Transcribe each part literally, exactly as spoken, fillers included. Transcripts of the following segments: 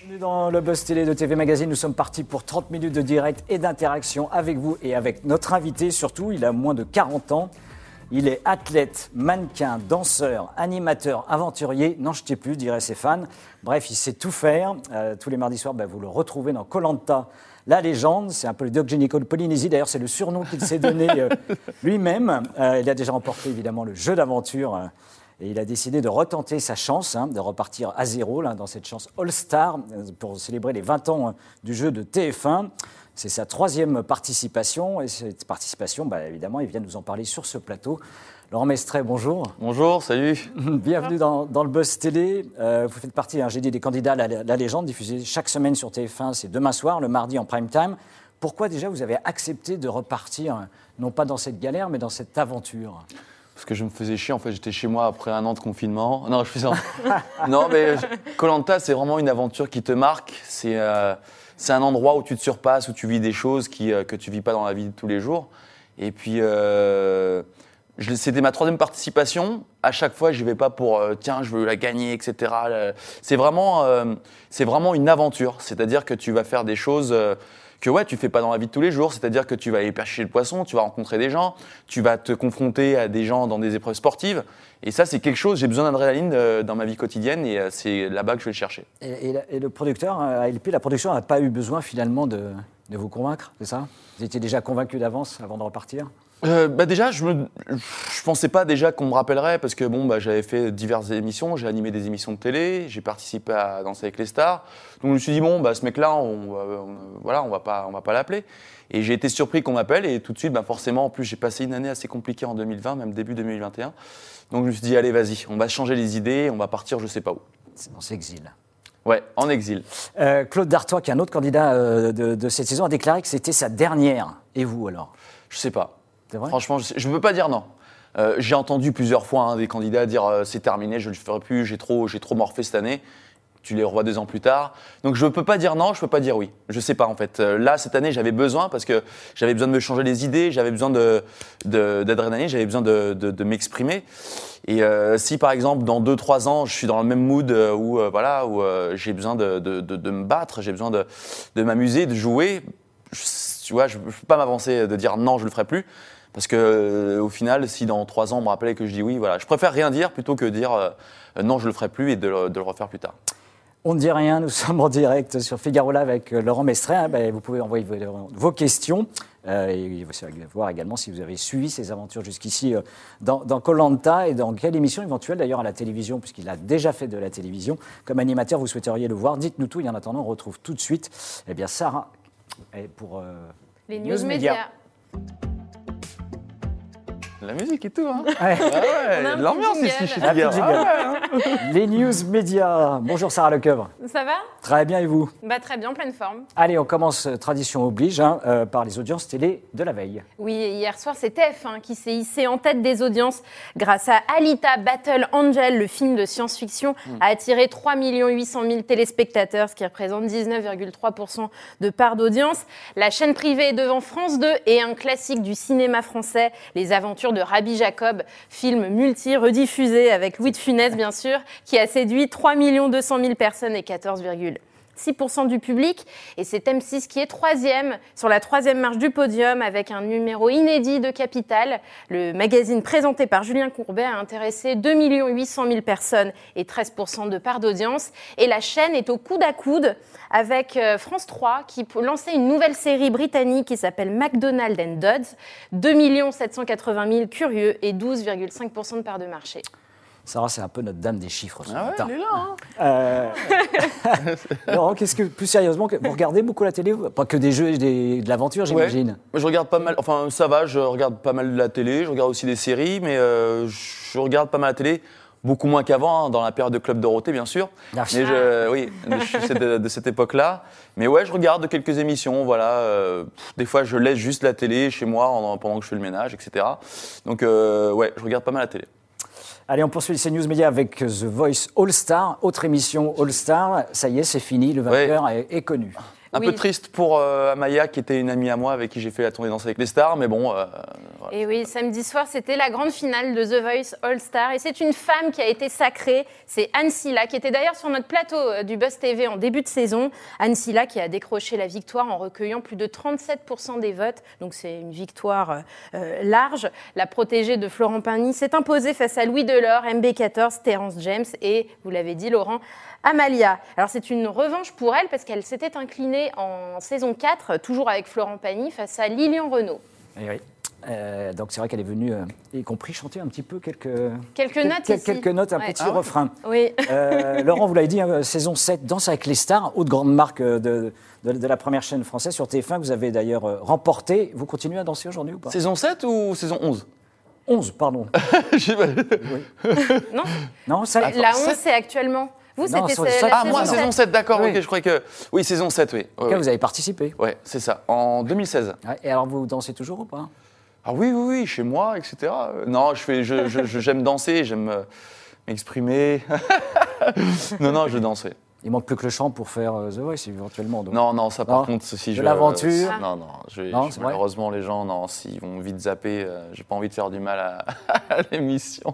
Bienvenue dans le Buzz Télé de T V Magazine. Nous sommes partis pour trente minutes de direct et d'interaction avec vous et avec notre invité. Surtout, il a moins de quarante ans. Il est athlète, mannequin, danseur, animateur, aventurier. N'en jetez plus, diraient ses fans. Bref, il sait tout faire. Euh, tous les mardis soirs, bah, vous le retrouvez dans Koh Lanta, la légende. C'est un peu le Doc Gynéco de Polynésie. D'ailleurs, c'est le surnom qu'il s'est donné euh, lui-même. Euh, il a déjà remporté, évidemment, le jeu d'aventure. Euh, Et il a décidé de retenter sa chance, hein, de repartir à zéro là, dans cette chance All-Star pour célébrer les vingt ans du jeu de T F un. C'est sa troisième participation. Et cette participation, bah, évidemment, il vient nous en parler sur ce plateau. Laurent Mestret, bonjour. Bonjour, salut. Bienvenue dans, dans le Buzz Télé. Euh, vous faites partie, hein, j'ai dit, des candidats à la, la légende, diffusée chaque semaine sur T F un. C'est demain soir, le mardi en prime time. Pourquoi déjà vous avez accepté de repartir, non pas dans cette galère, mais dans cette aventure ? Parce que je me faisais chier, en fait, j'étais chez moi après un an de confinement. Non, je fais ça. Non, mais Koh Lanta, c'est vraiment une aventure qui te marque. C'est, euh, c'est un endroit où tu te surpasses, où tu vis des choses qui, euh, que tu ne vis pas dans la vie de tous les jours. Et puis, euh, je, c'était ma troisième participation. À chaque fois, je n'y vais pas pour euh, tiens, je veux la gagner, et cetera. C'est vraiment, euh, c'est vraiment une aventure. C'est-à-dire que tu vas faire des choses. Euh, que ouais, tu fais pas dans la vie de tous les jours, c'est-à-dire que tu vas aller pêcher le poisson, tu vas rencontrer des gens, tu vas te confronter à des gens dans des épreuves sportives. Et ça, c'est quelque chose, j'ai besoin d'adrénaline euh, dans ma vie quotidienne et euh, c'est là-bas que je vais le chercher. Et, et, et le producteur, A L P, la production n'a pas eu besoin finalement de, de vous convaincre, c'est ça ? Vous étiez déjà convaincu d'avance avant de repartir ? Euh, bah déjà, je ne je pensais pas déjà qu'on me rappellerait parce que bon, bah, j'avais fait diverses émissions, j'ai animé des émissions de télé, j'ai participé à Danser avec les stars. Donc je me suis dit, bon, bah, ce mec-là, on, on, voilà, on va pas, on va pas l'appeler. Et j'ai été surpris qu'on m'appelle et tout de suite, bah, forcément, en plus, j'ai passé une année assez compliquée en deux mille vingt, même début deux mille vingt et un. Donc je me suis dit, allez, vas-y, on va changer les idées, on va partir je sais pas où. On s'exile. Ouais, en exil. Euh, Claude Dartois, qui est un autre candidat euh, de, de cette saison, a déclaré que c'était sa dernière. Et vous alors ? Je sais pas. C'est vrai ? Franchement, je ne peux pas dire non. Euh, j'ai entendu plusieurs fois hein, des candidats dire euh, c'est terminé, je ne le ferai plus, j'ai trop, j'ai trop morfé cette année. Tu les revois deux ans plus tard. Donc je ne peux pas dire non, je ne peux pas dire oui. Je ne sais pas en fait. Euh, là, cette année, j'avais besoin parce que j'avais besoin de me changer les idées, j'avais besoin de, de, d'adrénaline, j'avais besoin de, de, de m'exprimer. Et euh, si par exemple, dans deux trois ans, je suis dans le même mood euh, où, euh, voilà, où euh, j'ai besoin de, de, de, de me battre, j'ai besoin de, de m'amuser, de jouer, je, tu vois, je ne peux pas m'avancer de dire non, je ne le ferai plus. Parce que euh, au final, si dans trois ans on me rappelait que je dis oui, voilà, je préfère rien dire plutôt que dire euh, non, je le ferai plus et de le, de le refaire plus tard. On ne dit rien, nous sommes en direct sur Figaro Live avec Laurent Mestret. Hein, ben, vous pouvez envoyer vos, vos questions euh, et voir également si vous avez suivi ces aventures jusqu'ici euh, dans, dans Koh Lanta et dans quelle émission éventuelle d'ailleurs à la télévision, puisqu'il a déjà fait de la télévision. Comme animateur, vous souhaiteriez le voir. Dites-nous tout et en attendant, on retrouve tout de suite eh bien, Sarah pour euh, les News, news Média. La musique et tout, hein. Ouais. Ah ouais, l'ambiance ici chez Figaro. Ah ouais, hein. Les News Média. Bonjour Sarah Lecoeuvre. Ça va ? Très bien et vous ? Bah très bien, pleine forme. Allez, on commence, tradition oblige, hein, euh, par les audiences télé de la veille. Oui, hier soir, c'est T F un qui s'est hissé en tête des audiences grâce à Alita Battle Angel, le film de science-fiction, mmh. a attiré trois millions huit cent mille téléspectateurs, ce qui représente dix-neuf virgule trois pour cent de part d'audience. La chaîne privée est devant France deux et un classique du cinéma français, Les Aventures de Rabbi Jacob, film multi-rediffusé avec Louis de Funès, bien sûr, qui a séduit trois millions deux cent mille personnes et quatorze virgule six pour cent du public. Et c'est M six qui est troisième, sur la troisième marche du podium, avec un numéro inédit de Capital. Le magazine présenté par Julien Courbet a intéressé deux millions huit cent mille personnes et treize pour cent de part d'audience. Et la chaîne est au coude à coude avec France trois, qui lançait une nouvelle série britannique qui s'appelle McDonald and Dodds. deux millions sept cent quatre-vingt mille curieux et douze virgule cinq pour cent de part de marché. Sarah, c'est un peu notre dame des chiffres ce ah matin. Ouais, elle est là, hein. euh... Laurent, qu'est-ce que, plus sérieusement, vous regardez beaucoup la télé ? Pas que des jeux et des, de l'aventure, j'imagine. Ouais. Je regarde pas mal, enfin ça va, je regarde pas mal la télé, je regarde aussi des séries, mais euh, je regarde pas mal la télé. Beaucoup moins qu'avant, hein, dans la période de Club Dorothée, bien sûr. Ah, mais je, oui, je suis de, de cette époque-là. Mais ouais, je regarde quelques émissions. Voilà, euh, des fois, je laisse juste la télé chez moi en, pendant que je fais le ménage, et cetera. Donc, euh, ouais, je regarde pas mal la télé. Allez, on poursuit ces News Média avec The Voice All-Star, autre émission All-Star. Ça y est, c'est fini, le vainqueur ouais. est, est connu. Un Oui. peu triste pour euh, Amaya, qui était une amie à moi avec qui j'ai fait la tournée Danse avec les stars, mais bon. Euh, voilà. Et oui, samedi soir, c'était la grande finale de The Voice All Star. Et c'est une femme qui a été sacrée. C'est Anne Silla, qui était d'ailleurs sur notre plateau euh, du Buzz T V en début de saison. Anne Silla qui a décroché la victoire en recueillant plus de trente-sept pour cent des votes. Donc c'est une victoire euh, large. La protégée de Florent Pagny s'est imposée face à Louis Delors, M B quatorze, Terence James et, vous l'avez dit, Laurent, Amalia. Alors c'est une revanche pour elle parce qu'elle s'était inclinée en saison quatre, toujours avec Florent Pagny, face à Lilian Renaud. Et oui. Euh, donc c'est vrai qu'elle est venue, euh, y compris chanter un petit peu quelques, Quelques quel- notes quel- ici. quelques notes, un Ouais. petit Ah ouais. refrain. Oui. Euh, Laurent, vous l'avez dit, hein, saison sept, Danse avec les stars, autre grande marque euh, de, de, de la première chaîne française sur T F un que vous avez d'ailleurs euh, remporté. Vous continuez à danser aujourd'hui ou pas? Saison sept ou saison onze? onze, pardon. Je sais pas. Non, Non, ça, la onze, c'est actuellement. Vous, Non, c'était sur- c'est sur- la Ah, moi, saison saison sept. sept, d'accord, Oui. ok, je croyais que. Oui, saison sept, oui. en tout Ouais, cas, ouais. vous avez participé. Ouais, c'est ça, en deux mille seize. Ouais, et alors vous dansez toujours ou pas? Ah oui, oui, oui, chez moi, et cetera. Euh, Non, je fais, je, je- je- j'aime danser, j'aime euh, m'exprimer. non, non, je danse, oui. Il manque plus que le chant pour faire euh, The Voice éventuellement. donc. Non, non, ça par Non. contre, si De je. l'aventure. Non, non, je, Non, je- c'est vrai. malheureusement, les gens, non, s'ils vont vite zapper, euh, j'ai pas envie de faire du mal à, à l'émission.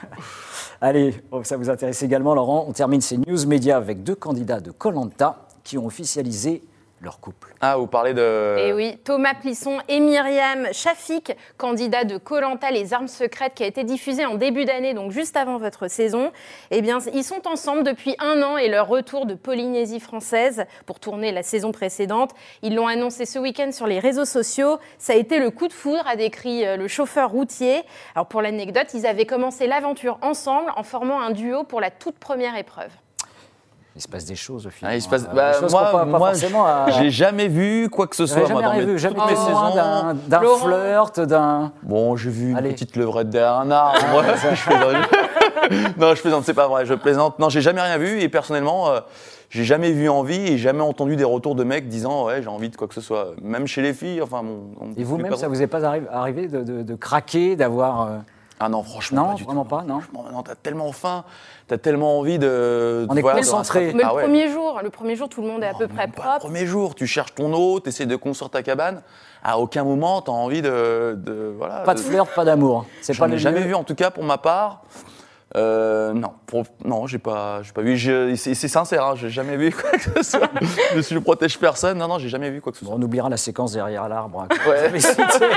Allez, oh, ça vous intéresse également, Laurent. On termine ces news médias avec deux candidats de Koh Lanta qui ont officialisé leur couple. Ah, vous parlez de. Et oui, Thomas Plisson et Myriam Chafik, candidats de Koh Lanta, les armes secrètes, qui a été diffusé en début d'année, donc juste avant votre saison. Eh bien, ils sont ensemble depuis un an et leur retour de Polynésie française pour tourner la saison précédente. Ils l'ont annoncé ce week-end sur les réseaux sociaux. Ça a été le coup de foudre, a décrit euh, le chauffeur routier. Alors pour l'anecdote, ils avaient commencé l'aventure ensemble en formant un duo pour la toute première épreuve. Il se passe des choses au final. Ah, il se passe. hein. bah, Des choses moi, qu'on peut pas moi, forcément à- j'ai jamais vu quoi que ce Vous avez soit. moi, jamais dans rien mes- vu, jamais toutes mes été témoin saisons. d'un d'un Laurent. flirt, d'un... Bon, j'ai vu une Allez. petite levrette derrière un arbre. Ouais, ça, je plaisante. Non, je plaisante, c'est pas vrai, je plaisante. Non, j'ai jamais rien vu et personnellement, euh, j'ai jamais vu envie et jamais entendu des retours de mecs disant ouais, j'ai envie de quoi que ce soit. Même chez les filles, enfin bon. on- Et vous-même, pas ça trop. vous est pas arri- arrivé de, de- de craquer, d'avoir... euh, Ah non, franchement, Non, pas du vraiment tout. pas, non. Franchement, non, t'as tellement faim, t'as tellement envie de. On est voilà, de concentré. rattraper- Mais Ah le ouais. premier jour, le premier jour, tout le monde est à Non, peu près même pas le propre. premier jour, tu cherches ton eau, t'essaies de construire ta cabane. À aucun moment, t'as envie de, de voilà. Pas de flirt, pas d'amour. C'est J'en pas ai le jamais lieu. vu, en tout cas pour ma part. Euh, non, pour- non, j'ai pas, j'ai pas vu. Je- C'est c'est sincère, hein, j'ai jamais vu quoi que ce soit. je, suis- je protège personne. Non, non, j'ai jamais vu quoi que ce Bon, soit. on oubliera la séquence derrière l'arbre. hein, que Ouais. vous avez citée.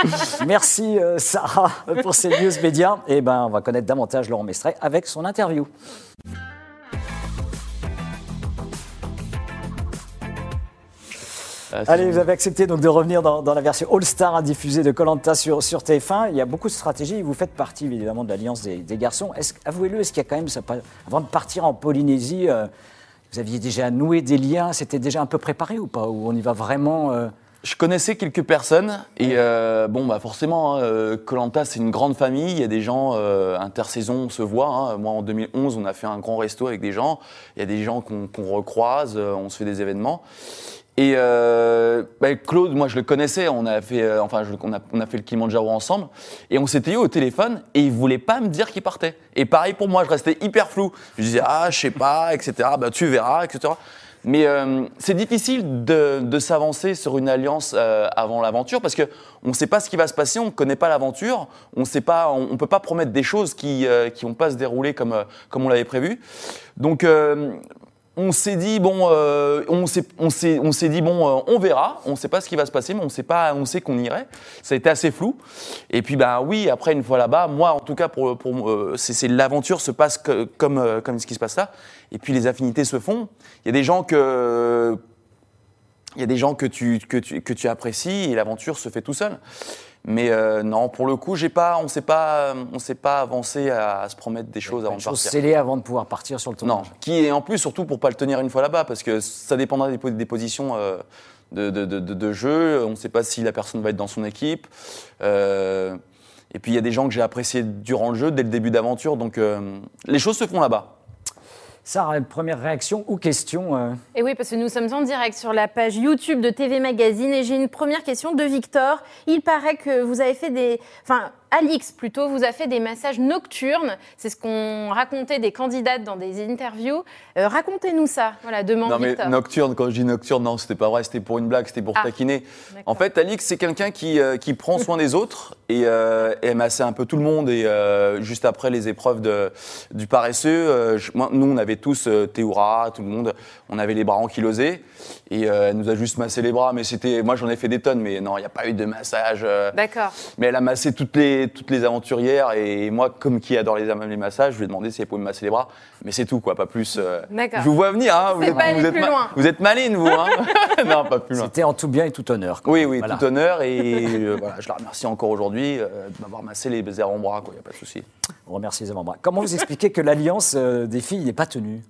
Merci euh, Sarah pour ces news médias. Et ben, on va connaître davantage Laurent Mestret avec son interview. Ah, c'est- Allez, vous avez accepté donc de revenir dans, dans la version All-Star hein, diffusée de Koh Lanta sur, sur T F un. Il y a beaucoup de stratégies. Vous faites partie évidemment de l'Alliance des, des garçons. Est-ce, avouez-le, est-ce qu'il y a quand même, ça, pas- avant de partir en Polynésie, euh, vous aviez déjà noué des liens? C'était déjà un peu préparé ou pas? Ou on y va vraiment euh, Je connaissais quelques personnes et euh, bon, bah forcément, hein, euh, Koh Lanta c'est une grande famille. Il y a des gens euh, intersaison, on se voit. Hein. Moi, en deux mille onze, on a fait un grand resto avec des gens. Il y a des gens qu'on, qu'on recroise, euh, on se fait des événements. Et euh, bah, Claude, moi je le connaissais, on a fait, euh, enfin, je- on, a, on a fait le Kilimanjaro ensemble, et on s'était eu au téléphone, et il voulait pas me dire qu'il partait. Et pareil pour moi, je restais hyper flou. Je disais ah, je sais pas, et cetera. Bah tu verras, et cetera. Mais euh, c'est difficile de, de s'avancer sur une alliance euh, avant l'aventure parce que on ne sait pas ce qui va se passer, on ne connaît pas l'aventure, on sait pas, on, on peut pas promettre des choses qui euh, qui vont pas se dérouler comme euh, comme on l'avait prévu. Donc euh, on s'est dit bon, euh, on s'est, on s'est, on s'est dit bon, euh, on verra. On ne sait pas ce qui va se passer, mais on sait pas, on sait qu'on irait. Ça a été assez flou. Et puis ben oui, après une fois là-bas, moi en tout cas pour, pour euh, c'est, c'est l'aventure se passe que, comme euh, comme ce qui se passe là. Et puis les affinités se font. Il y a des gens que il y a des gens que tu que tu que tu apprécies et l'aventure se fait tout seul. Mais euh, non, pour le coup, j'ai pas, on s'est pas, on s'est pas avancé à, à se promettre des choses avant une de chose partir. scellée avant de pouvoir partir sur le Non, tournage? qui est en plus surtout pour pas le tenir une fois là-bas, parce que ça dépendra des, po- des positions euh, de, de, de, de- de jeu. On ne sait pas si la personne va être dans son équipe. Euh, et puis il y a des gens que j'ai appréciés durant le jeu, dès le début d'aventure. Donc euh, les choses se font là-bas. Sarah, une première réaction ou question euh, Et oui, parce que nous sommes en direct sur la page YouTube de T V Magazine et j'ai une première question de Victor. Il paraît que vous avez fait des... Enfin, Alix, plutôt, vous a fait des massages nocturnes. C'est ce qu'ont raconté des candidates dans des interviews. Euh, racontez-nous ça, voilà, demande Non mais Victor. nocturne, quand je dis nocturne, non, c'était pas vrai, c'était pour une blague, c'était pour Ah, taquiner. d'accord. En fait, Alix, c'est quelqu'un qui, euh, qui prend soin des autres et, euh, et elle massait un peu tout le monde. Et euh, juste après les épreuves de, du paresseux, euh, je- moi, nous, on avait tous euh, Théoura, tout le monde, on avait les bras ankylosés et euh, elle nous a juste massé les bras. Mais c'était, moi, j'en ai fait des tonnes, mais non, il n'y a pas eu de massage. euh, D'accord. Mais elle a massé toutes les, toutes les aventurières et moi, comme qui adore les, les massages, je lui ai demandé si elle pouvait me masser les bras. Mais c'est tout, quoi, pas plus. euh. D'accord. Je vous vois venir, hein. Vous C'est êtes, pas aller vous êtes plus ma- loin. vous êtes maline, vous, hein. Non, pas plus loin. C'était en tout bien et tout honneur. quoi. Oui, oui, Voilà. tout honneur et euh, voilà, je la remercie encore aujourd'hui euh, de m'avoir massé les avant-bras, quoi, il n'y a pas de souci. On remercie les avant-bras. Comment vous expliquez que l'alliance euh, des filles n'est pas tenue?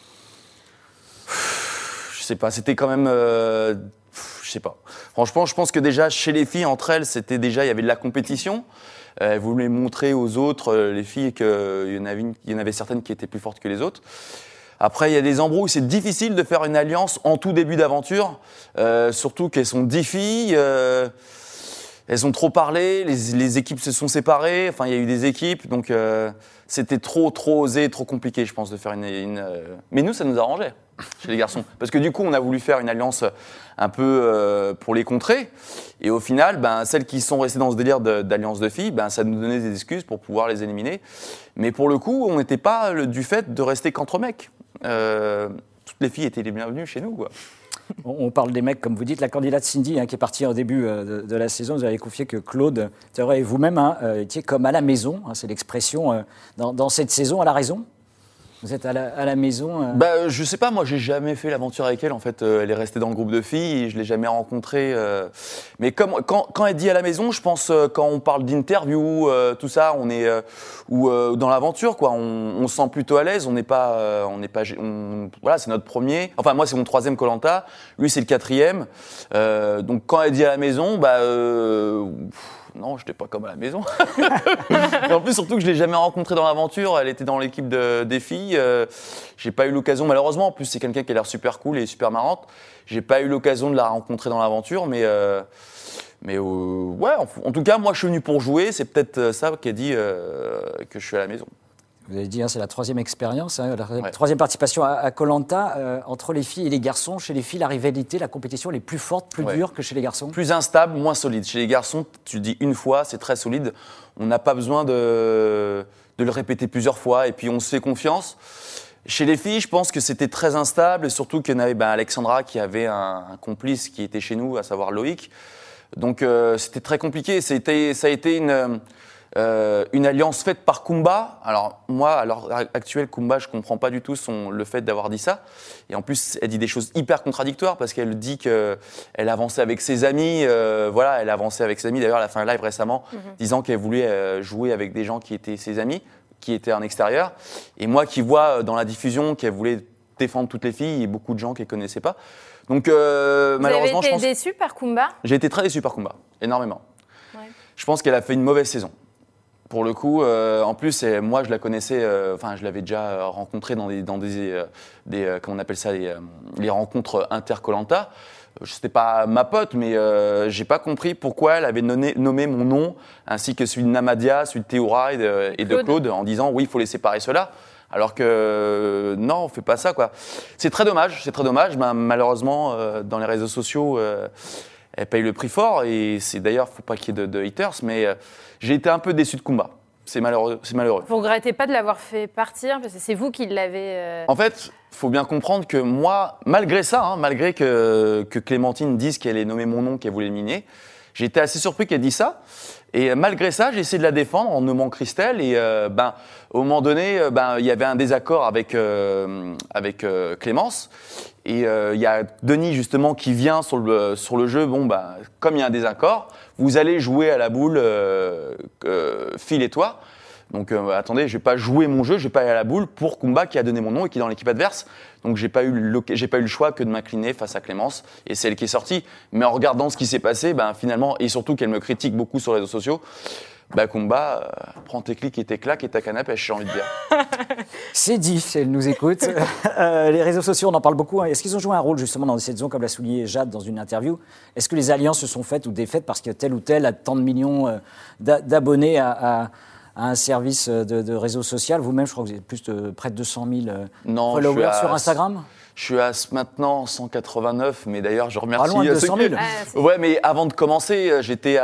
Je sais pas, c'était quand même. euh, je sais pas. Franchement, je pense que déjà, chez les filles, entre elles, c'était déjà, il y avait de la compétition. Euh, elles voulaient montrer aux autres, euh, les filles, qu'il y en avait une- il y en avait certaines qui étaient plus fortes que les autres. Après, il y a des embrouilles. C'est difficile de faire une alliance en tout début d'aventure, euh, surtout qu'elles sont dix filles. euh, elles ont trop parlé, les, les équipes se sont séparées. Enfin, il y a eu des équipes, donc euh, c'était trop, trop osé, trop compliqué, je pense, de faire une. une, euh, Mais nous, ça nous arrangeait chez les garçons, parce que du coup, on a voulu faire une alliance un peu euh, pour les contrer. Et au final, ben, celles qui sont restées dans ce délire de- d'alliance de filles, ben, ça nous donnait des excuses pour pouvoir les éliminer. Mais pour le coup, on n'était pas le- du fait de rester qu'entre mecs. Euh, toutes les filles étaient les bienvenues chez nous, quoi. On, on parle des mecs, comme vous dites. La candidate Cindy, hein, qui est partie au début euh, de, de la saison, vous avez confié que Claude, Théoura et vous-même hein, euh, étiez comme à la maison. Hein, c'est l'expression euh, dans, dans cette saison. Elle a raison. Vous êtes à la, à la maison. euh, Bah, je sais pas, moi j'ai jamais fait l'aventure avec elle. En fait, euh, elle est restée dans le groupe de filles et je l'ai jamais rencontrée. euh. Mais comme quand, quand elle dit à la maison, je pense euh, quand on parle d'interview, euh, tout ça, on est euh, ou euh, dans l'aventure, quoi. On, on se sent plutôt à l'aise. On n'est pas, euh, on n'est pas, on- voilà, c'est notre premier. Enfin, moi c'est mon troisième Koh-Lanta. Lui c'est le quatrième. Euh, donc quand elle dit à la maison, bah euh, pff, non, j'étais pas comme à la maison. Et en plus, surtout que je l'ai jamais rencontrée dans l'aventure. Elle était dans l'équipe de- des filles. Euh, j'ai pas eu l'occasion, malheureusement. En plus, c'est quelqu'un qui a l'air super cool et super marrante. J'ai pas eu l'occasion de la rencontrer dans l'aventure, mais euh, mais euh, ouais. En, en tout cas, moi, je suis venu pour jouer. C'est peut-être euh, ça qui a dit euh, que je suis à la maison. Vous avez dit, hein, c'est la troisième expérience, hein, la Ouais. troisième participation à Koh-Lanta. Euh, entre les filles et les garçons, chez les filles, la rivalité, la compétition, elle est plus forte, plus Ouais. dure que chez les garçons. Plus instable, moins solide. Chez les garçons, tu le dis une fois, c'est très solide. On n'a pas besoin de, de le répéter plusieurs fois et puis on se fait confiance. Chez les filles, je pense que c'était très instable et surtout qu'il y en avait ben, Alexandra qui avait un, un complice qui était chez nous, à savoir Loïc. Donc euh, c'était très compliqué. C'était, ça a été une, euh, une alliance faite par Kumba. Alors moi, à l'heure actuelle, Kumba, je comprends pas du tout son, le fait d'avoir dit ça. Et en plus, elle dit des choses hyper contradictoires parce qu'elle dit qu'elle avançait avec ses amis. Euh, voilà, elle avançait avec ses amis. D'ailleurs, elle a fait un live récemment Mhm. disant qu'elle voulait euh, jouer avec des gens qui étaient ses amis, qui étaient en extérieur. Et moi qui vois euh, dans la diffusion qu'elle voulait défendre toutes les filles et beaucoup de gens qu'elle connaissait pas. Donc euh, Vous malheureusement, avez je été pense... déçu par Kumba? j'ai été très déçu par Kumba, énormément. Ouais. Je pense qu'elle a fait une mauvaise saison. Pour le coup, euh, en plus, et moi, je la connaissais, euh, enfin, je l'avais déjà euh, rencontrée dans des, dans des, euh, des euh, comment on appelle ça, les, euh, les rencontres inter-Koh-Lanta. Euh, C'était pas ma pote, mais euh, j'ai pas compris pourquoi elle avait nommé, nommé mon nom, ainsi que celui de Namadia, celui de Théoura et de, et de Claude. Claude, en disant oui, il faut les séparer ceux-là. Alors que euh, non, on fait pas ça, quoi. C'est très dommage, c'est très dommage. Ben, malheureusement, euh, dans les réseaux sociaux, euh, elle paye le prix fort. Et c'est d'ailleurs, faut pas qu'il y ait de, de haters, mais euh, j'ai été un peu déçu de Kumba. C'est malheureux, c'est malheureux. Vous regrettez pas de l'avoir fait partir parce que c'est vous qui l'avez. euh, En fait, il faut bien comprendre que moi, malgré ça, hein, malgré que, que Clémentine dise qu'elle ait nommé mon nom, qu'elle voulait l'éliminer, j'ai été assez surpris qu'elle dise ça. Et malgré ça, j'ai essayé de la défendre en nommant Christelle. Et euh, ben, au moment donné, euh, ben, il y avait un désaccord avec, euh, avec euh, Clémence. Et euh, il y a Denis, justement, qui vient sur le, sur le jeu. Bon, ben, comme il y a un désaccord, vous allez jouer à la boule, euh, euh, Phil et toi. Donc euh, attendez, je vais pas jouer mon jeu, je vais pas aller à la boule pour Kumba qui a donné mon nom et qui est dans l'équipe adverse. Donc j'ai pas eu le, j'ai pas eu le choix que de m'incliner face à Clémence et c'est elle qui est sortie. Mais en regardant ce qui s'est passé, ben finalement et surtout qu'elle me critique beaucoup sur les réseaux sociaux, Bah combat, euh, prends tes clics et tes claques et ta canne à pêche, j'ai envie de dire. C'est dit, si elle nous écoute. Euh, les réseaux sociaux, on en parle beaucoup. Hein. Est-ce qu'ils ont joué un rôle justement dans cette saison, comme l'a souligné Jade dans une interview? Est-ce que les alliances se sont faites ou défaites parce que tel ou tel a tant de millions euh, d'a- d'abonnés à, à, à un service de, de réseau social? Vous-même, je crois que vous êtes plus de près de deux cent mille euh, Non, je followers suis à- sur Instagram. Je suis à maintenant cent quatre-vingt-neuf, mais d'ailleurs je remercie Pas loin de euh, ceux deux cent qui- mille. Ah, c'est- Ouais, mais avant de commencer, euh, j'étais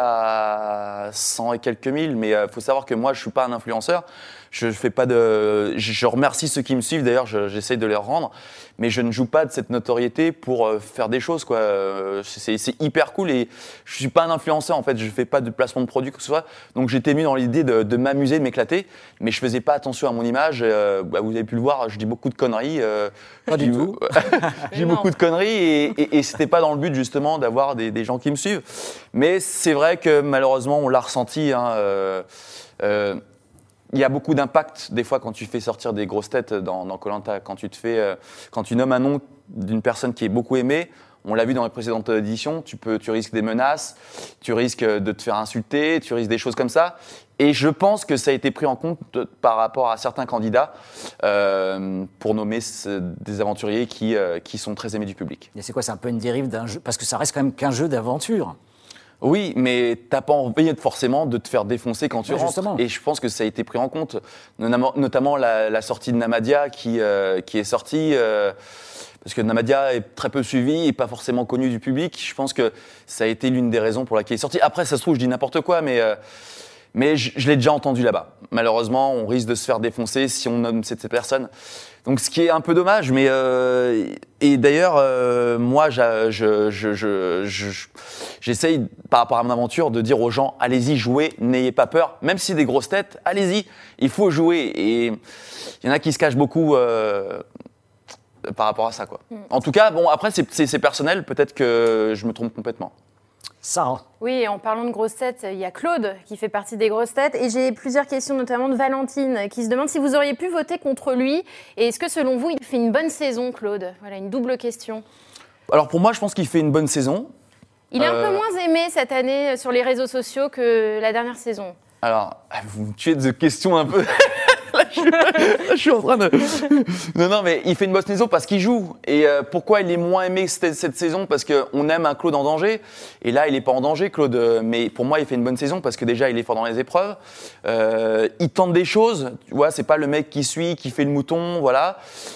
à cent et quelques mille, mais il faut savoir que moi je suis pas un influenceur. Je fais pas de. Je je remercie ceux qui me suivent. D'ailleurs, je- j'essaye de les rendre, mais je ne joue pas de cette notoriété pour euh, faire des choses, quoi. Euh, C'est c'est hyper cool et je suis pas un influenceur en fait. Je fais pas de placement de produit que ce soit. Donc j'étais mis dans l'idée de, de m'amuser, de m'éclater, mais je faisais pas attention à mon image. Euh, bah, vous avez pu le voir, je dis beaucoup de conneries. euh, Pas je du dis- tout. Je dis Non. beaucoup de conneries et, et, et c'était pas dans le but justement d'avoir des, des gens qui me suivent. Mais c'est vrai que malheureusement on l'a ressenti. Hein, euh, euh, il y a beaucoup d'impact des fois quand tu fais sortir des grosses têtes dans dans Koh Lanta, quand tu te fais, euh, quand tu nommes un nom d'une personne qui est beaucoup aimée. On l'a vu dans les précédentes éditions, tu, peux, tu risques des menaces, tu risques de te faire insulter, tu risques des choses comme ça. Et je pense que ça a été pris en compte par rapport à certains candidats euh, pour nommer ce- des aventuriers qui, euh, qui sont très aimés du public. Et c'est quoi? C'est un peu une dérive d'un jeu, parce que ça reste quand même qu'un jeu d'aventure. Oui, mais t'as pas envie forcément de te faire défoncer quand tu Ouais, rentres. justement. Et je pense que ça a été pris en compte, notamment, notamment la, la sortie de Namadia qui, euh, qui est sortie. euh, Parce que Namadia est très peu suivi et pas forcément connu du public. Je pense que ça a été l'une des raisons pour laquelle il est sorti. Après, ça se trouve, je dis n'importe quoi, mais, euh, mais je, je l'ai déjà entendu là-bas. Malheureusement, on risque de se faire défoncer si on nomme cette personne. Donc, ce qui est un peu dommage. Mais euh, et d'ailleurs, euh, moi, j'a- je, je, je, je- je- j'essaye, par rapport à mon aventure, de dire aux gens allez-y, jouez, n'ayez pas peur. Même si des grosses têtes, allez-y, il faut jouer. Et il y en a qui se cachent beaucoup. Euh, par rapport à ça, quoi. Mm. En tout cas, bon, après, c'est- c'est c'est personnel, peut-être que je me trompe complètement. Sarah. Oui, et en parlant de grosses têtes, il y a Claude qui fait partie des grosses têtes. Et j'ai plusieurs questions, notamment de Valentine, qui se demande si vous auriez pu voter contre lui. Et est-ce que, selon vous, il fait une bonne saison, Claude? Voilà, une double question. Alors, pour moi, je pense qu'il fait une bonne sain. Il est un Euh. peu moins aimé cette année sur les réseaux sociaux que la dernière saison. Alors, vous me tuez de questions un peu. Là, je, suis, là, je suis en train de. Non, non, mais il fait une bonne saison parce qu'il joue. Et euh, pourquoi il est moins aimé cette, cette saison? Parce qu'on aime un Claude en danger. Et là, il n'est pas en danger, Claude. Mais pour moi, il fait une bonne saison parce que déjà, il est fort dans les épreuves. Euh, il tente des choses. Tu vois, c'est pas le mec qui suit, qui fait le mouton. Voilà.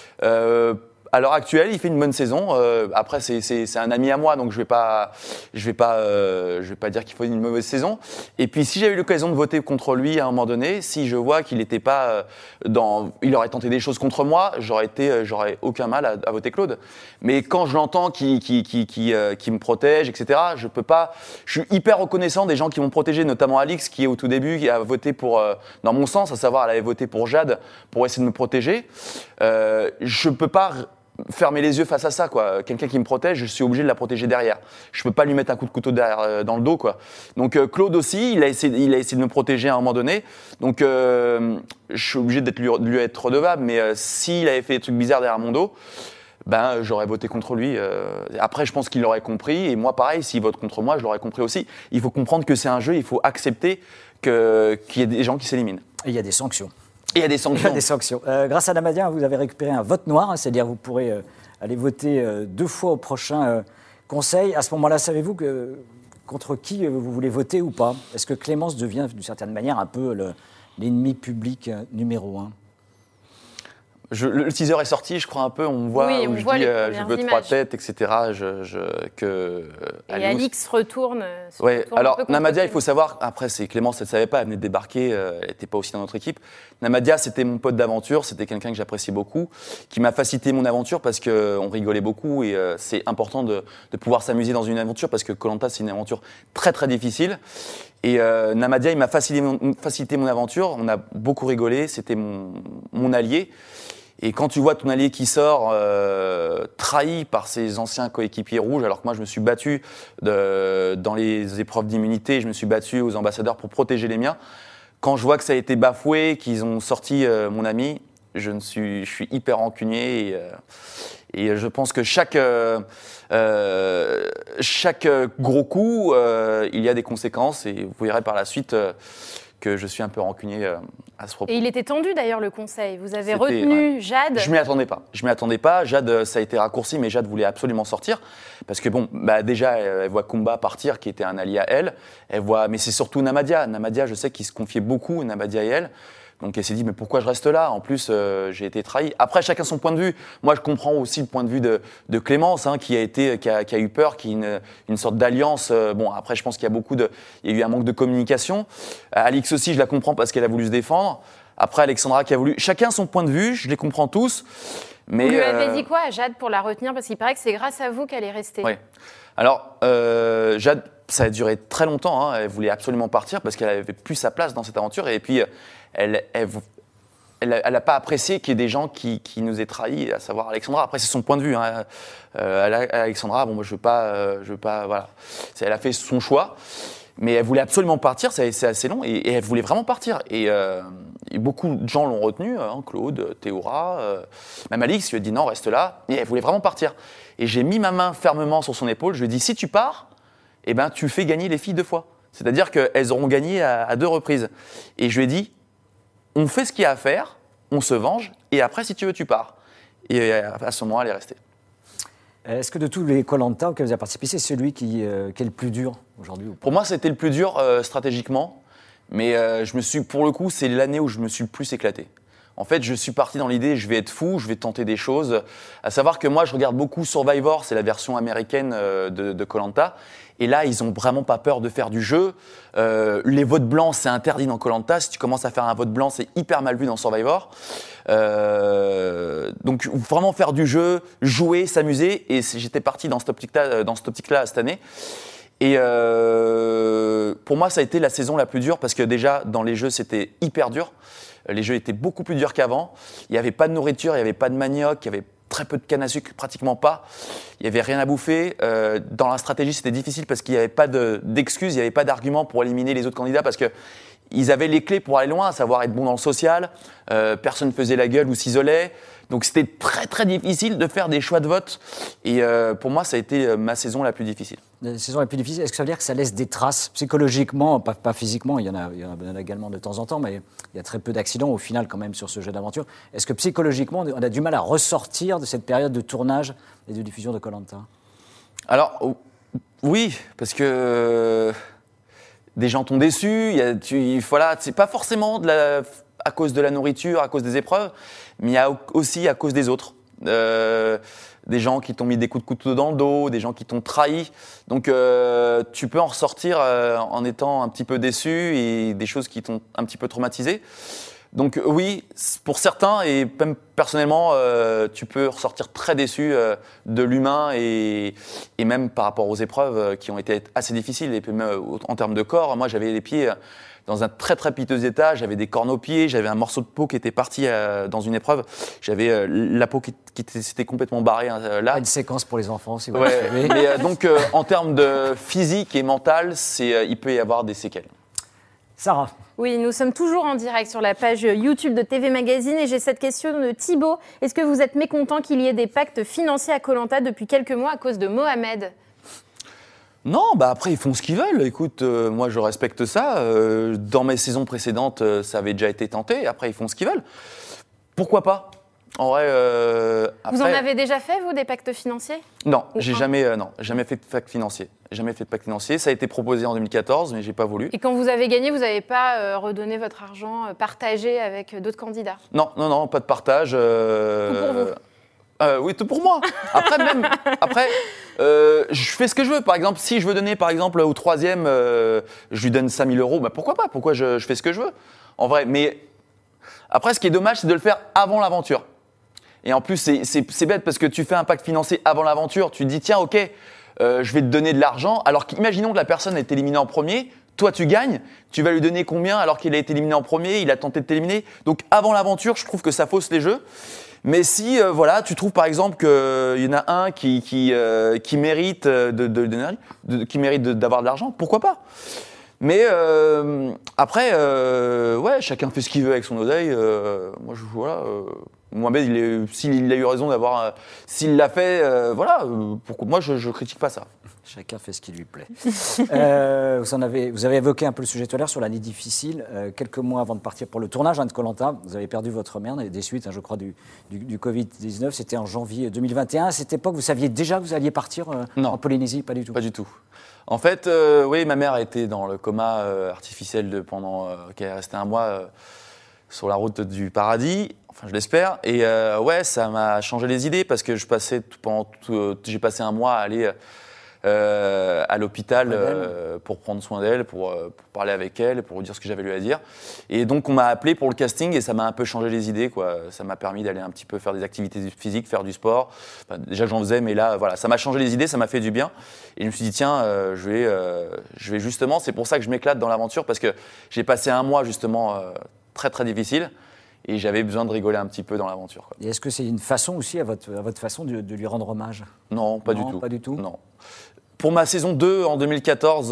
Euh, à l'heure actuelle, il fait une bonne saison. Euh, après, c'est, c'est, c'est un ami à moi, donc je vais pas, je vais pas, euh, je vais pas dire qu'il faut une mauvaise saison. Et puis, si j'avais eu l'occasion de voter contre lui à un moment donné, si je vois qu'il n'était pas euh, dans, il aurait tenté des choses contre moi, j'aurais été, euh, j'aurais aucun mal à, à voter Claude. Mais quand je l'entends qui, qui, qui, qui, euh, qui me protège, et cetera, je peux pas. Je suis hyper reconnaissant des gens qui m'ont protégé, notamment Alix, qui au tout début qui a voté pour, euh, dans mon sens, à savoir, elle avait voté pour Jade pour essayer de me protéger. Euh, je peux pas fermer les yeux face à ça, quoi. Quelqu'un qui me protège, je suis obligé de la protéger derrière. Je peux pas lui mettre un coup de couteau derrière, euh, dans le dos, quoi. Donc euh, Claude aussi, il a essayé, il a essayé de me protéger à un moment donné. Donc euh, je suis obligé d'être lui, de lui être redevable. Mais euh, s'il avait fait des trucs bizarres derrière mon dos, ben j'aurais voté contre lui. Euh, après, je pense qu'il l'aurait compris. Et moi, pareil, s'il vote contre moi, je l'aurais compris aussi. Il faut comprendre que c'est un jeu. Il faut accepter que qu'il y ait des gens qui s'éliminent. Et il y a des sanctions. Et il y a des Il y a sanctions. des sanctions. Euh, grâce à Namadia, vous avez récupéré un vote noir, hein, c'est-à-dire vous pourrez euh, aller voter euh, deux fois au prochain euh, conseil. À ce moment-là, savez-vous que, contre qui euh, vous voulez voter ou pas? Est-ce que Clémence devient, d'une certaine manière, un peu le- l'ennemi public euh, numéro un? Je, le teaser est sorti, je crois un peu, on me voit Oui, où on je voit dis les euh, je premières veux trois images. têtes, et cetera. Je, je, que, euh, Et Alix- Alix retourne. euh, se Ouais. retourne un Alors peu contre Namadia, il Clémence. faut savoir, après c'est Clémence, elle ne savait pas, elle venait de débarquer, euh, elle n'était pas aussi dans notre équipe. Namadia, c'était mon pote d'aventure, c'était quelqu'un que j'appréciais beaucoup, qui m'a facilité mon aventure parce qu'on rigolait beaucoup et euh, c'est important de, de pouvoir s'amuser dans une aventure parce que Koh Lanta, c'est une aventure très très difficile. Et euh, Namadia, il m'a facilité mon, facilité mon aventure, on a beaucoup rigolé, c'était mon, mon allié. Et quand tu vois ton allié qui sort euh, trahi par ses anciens coéquipiers rouges, alors que moi je me suis battu de, dans les épreuves d'immunité, je me suis battu aux ambassadeurs pour protéger les miens. Quand je vois que ça a été bafoué, qu'ils ont sorti euh, mon ami, je, ne suis, je suis hyper rancunier et, euh, et je pense que chaque, euh, euh, chaque gros coup, euh, il y a des conséquences et vous verrez par la suite euh, que je suis un peu rancunier euh, à ce propos. Et il était tendu d'ailleurs le conseil. Vous avez C'était- retenu ouais. Jade. Je m'y attendais pas. Je m'y attendais pas. Jade, euh, ça a été raccourci, mais Jade voulait absolument sortir parce que bon, bah déjà, elle, elle voit Kumba partir, qui était un allié à elle. Elle voit, mais c'est surtout Namadia. Namadia, je sais qu'ils se confiaient beaucoup, Namadia et elle. Donc elle s'est dit, mais pourquoi je reste là? En plus, euh, j'ai été trahi. Après, chacun son point de vue. Moi, je comprends aussi le point de vue de, de Clémence, hein, qui a été, qui a, qui a eu peur, qui a une, une sorte d'alliance. Euh, bon, après, je pense qu'il y a beaucoup de, il y a eu un manque de communication. Euh, Alix aussi, je la comprends parce qu'elle a voulu se défendre. Après, Alexandra qui a voulu. Chacun son point de vue. Je les comprends tous. Mais Vous lui avez euh, dit quoi à Jade pour la retenir? Parce qu'il paraît que c'est grâce à vous qu'elle est restée. ouais. Alors, euh, Jade, ça a duré très longtemps. Hein. Elle voulait absolument partir parce qu'elle avait plus sa place dans cette aventure. Et puis, elle, elle, elle n'a pas apprécié qu'il y ait des gens qui, qui nous aient trahis, à savoir Alexandra. Après, c'est son point de vue. Hein. Euh, Alexandra, bon, moi, je veux pas, euh, je veux pas, voilà. C'est- Elle a fait son choix. Mais elle voulait absolument partir, c'est c'est assez long, et, et elle voulait vraiment partir. Et, euh, et beaucoup de gens l'ont retenue, hein, Claude, Théora, euh, même Alix lui a dit non, reste là. Et elle voulait vraiment partir. Et j'ai mis ma main fermement sur son épaule, je lui ai dit si tu pars, eh ben, tu fais gagner les filles deux fois. C'est-à-dire qu'elles auront gagné à, à deux reprises. Et je lui ai dit on fait ce qu'il y a à faire, on se venge, et après, si tu veux, tu pars. Et à ce moment, elle est restée. Est-ce que de tous les Koh-Lanta auxquels vous avez participé, c'est celui qui, euh, qui est le plus dur aujourd'hui ou pas? Pour moi, c'était le plus dur euh, stratégiquement, mais euh, je me suis, pour le coup, c'est l'année où je me suis le plus éclaté. En fait, je suis parti dans l'idée, je vais être fou, je vais tenter des choses. À savoir que moi, je regarde beaucoup Survivor, c'est la version américaine euh, de Koh-Lanta. Et là, ils ont vraiment pas peur de faire du jeu. Euh, les votes blancs, c'est interdit dans Koh-Lanta. Si tu commences à faire un vote blanc, c'est hyper mal vu dans Survivor. Euh, donc, vraiment faire du jeu, jouer, s'amuser. Et j'étais parti dans cette optique-là, dans cette optique-là cette année. Et euh, pour moi, ça a été la saison la plus dure parce que déjà, dans les jeux, c'était hyper dur. Les jeux étaient beaucoup plus durs qu'avant. Il n'y avait pas de nourriture, il n'y avait pas de manioc, il y avait très peu de canne à sucre, pratiquement pas. Il n'y avait rien à bouffer. Euh, dans la stratégie, c'était difficile parce qu'il n'y avait pas de, d'excuses, il n'y avait pas d'arguments pour éliminer les autres candidats parce qu'ils avaient les clés pour aller loin, à savoir être bon dans le social. Euh, personne ne faisait la gueule ou s'isolait. Donc c'était très très difficile de faire des choix de vote. Et euh, pour moi, ça a été euh, ma saison la plus difficile. La saison la plus difficile, est-ce que ça veut dire que ça laisse des traces psychologiquement, pas, pas physiquement, il y, en a, il y en a également de temps en temps, mais il y a très peu d'accidents au final quand même sur ce jeu d'aventure. Est-ce que psychologiquement, on a du mal à ressortir de cette période de tournage et de diffusion de Koh-Lanta? Alors, oui, parce que euh, des gens t'ont déçu, il y a, tu, voilà, c'est pas forcément de la, à cause de la nourriture, à cause des épreuves, mais il y a aussi à cause des autres. Euh, des gens qui t'ont mis des coups de couteau dans le dos, des gens qui t'ont trahi. Donc, euh, tu peux en ressortir euh, en étant un petit peu déçu et des choses qui t'ont un petit peu traumatisé. Donc, oui, pour certains, et même personnellement, euh, tu peux ressortir très déçu euh, de l'humain et, et même par rapport aux épreuves euh, qui ont été assez difficiles. Et puis, même, en termes de corps, moi, j'avais les pieds dans un très très piteux état, j'avais des cornes aux pieds, j'avais un morceau de peau qui était parti euh, dans une épreuve, j'avais euh, la peau qui, qui était, s'était complètement barrée euh, là. Une séquence pour les enfants, si vous Ouais, voulez. mais euh, donc euh, en termes de physique et mental, c'est, euh, il peut y avoir des séquelles. Sarah. Oui, nous sommes toujours en direct sur la page YouTube de T V Magazine et j'ai cette question de Thibaut. Est-ce que vous êtes mécontent qu'il y ait des pactes financiers à Koh-Lanta depuis quelques mois à cause de Mohamed ? Non, bah après ils font ce qu'ils veulent. Écoute, euh, moi je respecte ça. Euh, dans mes saisons précédentes, euh, ça avait déjà été tenté. Après ils font ce qu'ils veulent. Pourquoi pas ? En vrai, euh, après... Vous en avez déjà fait, vous, des pactes financiers ? Non, Ou j'ai un jamais, euh, non, jamais fait de pacte financier. Jamais fait de pacte financier. Ça a été proposé en deux mille quatorze, mais j'ai pas voulu. Et quand vous avez gagné, vous n'avez pas euh, redonné votre argent euh, partagé avec d'autres candidats ? Non, non, non, pas de partage. Euh... Tout pour vous. Euh, oui, tout pour moi. Après, même, après, euh, je fais ce que je veux. Par exemple, si je veux donner, par exemple, au troisième, euh, je lui donne cinq mille euros, bah pourquoi pas ? Pourquoi je, je fais ce que je veux ? En vrai, mais après, ce qui est dommage, c'est de le faire avant l'aventure. Et en plus, c'est, c'est, c'est bête parce que tu fais un pacte financier avant l'aventure. Tu te dis, tiens, ok, euh, je vais te donner de l'argent. Alors qu'imaginons que la personne est éliminée en premier. Toi, tu gagnes. Tu vas lui donner combien alors qu'il a été éliminé en premier ? Il a tenté de t'éliminer. Donc, avant l'aventure, je trouve que ça fausse les jeux. Mais si, euh, voilà, tu trouves par exemple qu'il euh, y en a un qui, qui, euh, qui mérite, de, de, de, de, qui mérite de, d'avoir de l'argent, pourquoi pas ? Mais euh, après, euh, ouais, chacun fait ce qu'il veut avec son oseille. Euh, moi, je, voilà, euh, Mohamed, il est, s'il a eu raison d'avoir, euh, s'il l'a fait, euh, voilà. Euh, pourquoi, moi, je, je critique pas ça. Chacun fait ce qui lui plaît. euh, vous, en avez, vous avez évoqué un peu le sujet tout à l'heure sur l'année difficile. Euh, quelques mois avant de partir pour le tournage hein, de Koh Lanta, vous avez perdu votre mère des suites, hein, je crois, du, du, du covid dix-neuf. C'était en janvier deux mille vingt et un. À cette époque, vous saviez déjà que vous alliez partir euh, Non. en Polynésie? Pas du tout. Pas du tout. En fait, euh, oui, ma mère était dans le coma euh, artificiel de, pendant, euh, qui est resté un mois euh, sur la route du paradis. Enfin, je l'espère. Et euh, ouais, ça m'a changé les idées parce que je passais tout, pendant tout, euh, j'ai passé un mois à aller euh, à l'hôpital euh, pour prendre soin d'elle, pour, euh, pour parler avec elle, pour lui dire ce que j'avais lui à dire. Et donc, on m'a appelé pour le casting et ça m'a un peu changé les idées, quoi. Ça m'a permis d'aller un petit peu faire des activités physiques, faire du sport. Enfin, déjà que j'en faisais, mais là, voilà, ça m'a changé les idées, ça m'a fait du bien. Et je me suis dit, tiens, euh, je, vais, euh, je vais justement, c'est pour ça que je m'éclate dans l'aventure parce que j'ai passé un mois justement euh, très très difficile. Et j'avais besoin de rigoler un petit peu dans l'aventure, quoi. Et est-ce que c'est une façon aussi, à votre, à votre façon, de, de lui rendre hommage? Non, pas Non, du tout. pas du tout. Non. Pour ma saison deux en deux mille quatorze,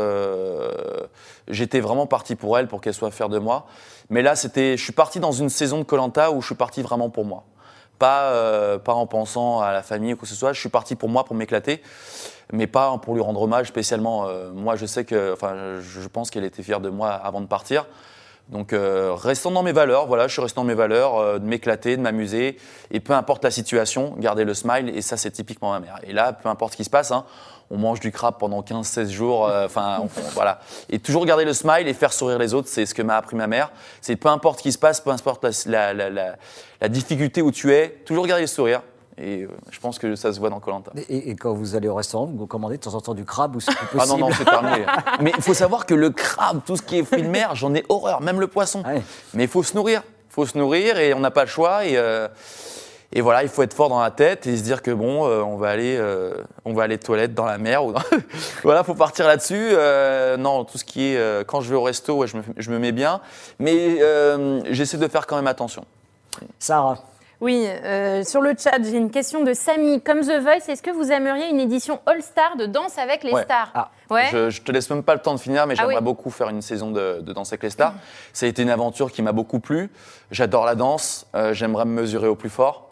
euh, j'étais vraiment parti pour elle, pour qu'elle soit fière de moi. Mais là, c'était, je suis parti dans une saison de Koh Lanta où je suis parti vraiment pour moi. Pas, euh, pas en pensant à la famille ou quoi que ce soit. Je suis parti pour moi, pour m'éclater, mais pas pour lui rendre hommage spécialement. Euh, moi, je sais que, enfin, je, je pense qu'elle était fière de moi avant de partir. Donc, euh, restant dans mes valeurs, voilà, je suis resté dans mes valeurs, euh, de m'éclater, de m'amuser, et peu importe la situation, garder le smile, et ça, c'est typiquement ma mère. Et là, peu importe ce qui se passe, hein, on mange du crabe pendant quinze seize jours, enfin, euh, voilà. Et toujours garder le smile et faire sourire les autres, c'est ce que m'a appris ma mère. C'est peu importe ce qui se passe, peu importe la, la, la, la difficulté où tu es, toujours garder le sourire. Et euh, je pense que ça se voit dans Koh Lanta. Et, et quand vous allez au restaurant, vous commandez de temps en temps du crabe ou c'est plus possible? Ah non, non, c'est terminé. Mais il faut savoir que le crabe, tout ce qui est fruits de mer, j'en ai horreur, même le poisson. Ouais. Mais il faut se nourrir. Il faut se nourrir et on n'a pas le choix. Et, euh, et voilà, il faut être fort dans la tête et se dire que bon, euh, on va aller, euh, on va aller aux toilettes dans la mer. Ou dans... voilà, il faut partir là-dessus. Euh, non, tout ce qui est... Euh, quand je vais au resto, ouais, je, me, je me mets bien. Mais euh, j'essaie de faire quand même attention. Sarah. Oui, euh, sur le chat, j'ai une question de Samy. Comme The Voice, est-ce que vous aimeriez une édition All-Star de Danse avec les ouais. stars? Ah. Ouais. Je, je te laisse même pas le temps de finir, mais j'aimerais ah oui. beaucoup faire une saison de, de Danse avec les stars. Mmh. Ça a été une aventure qui m'a beaucoup plu. J'adore la danse, euh, j'aimerais me mesurer au plus fort.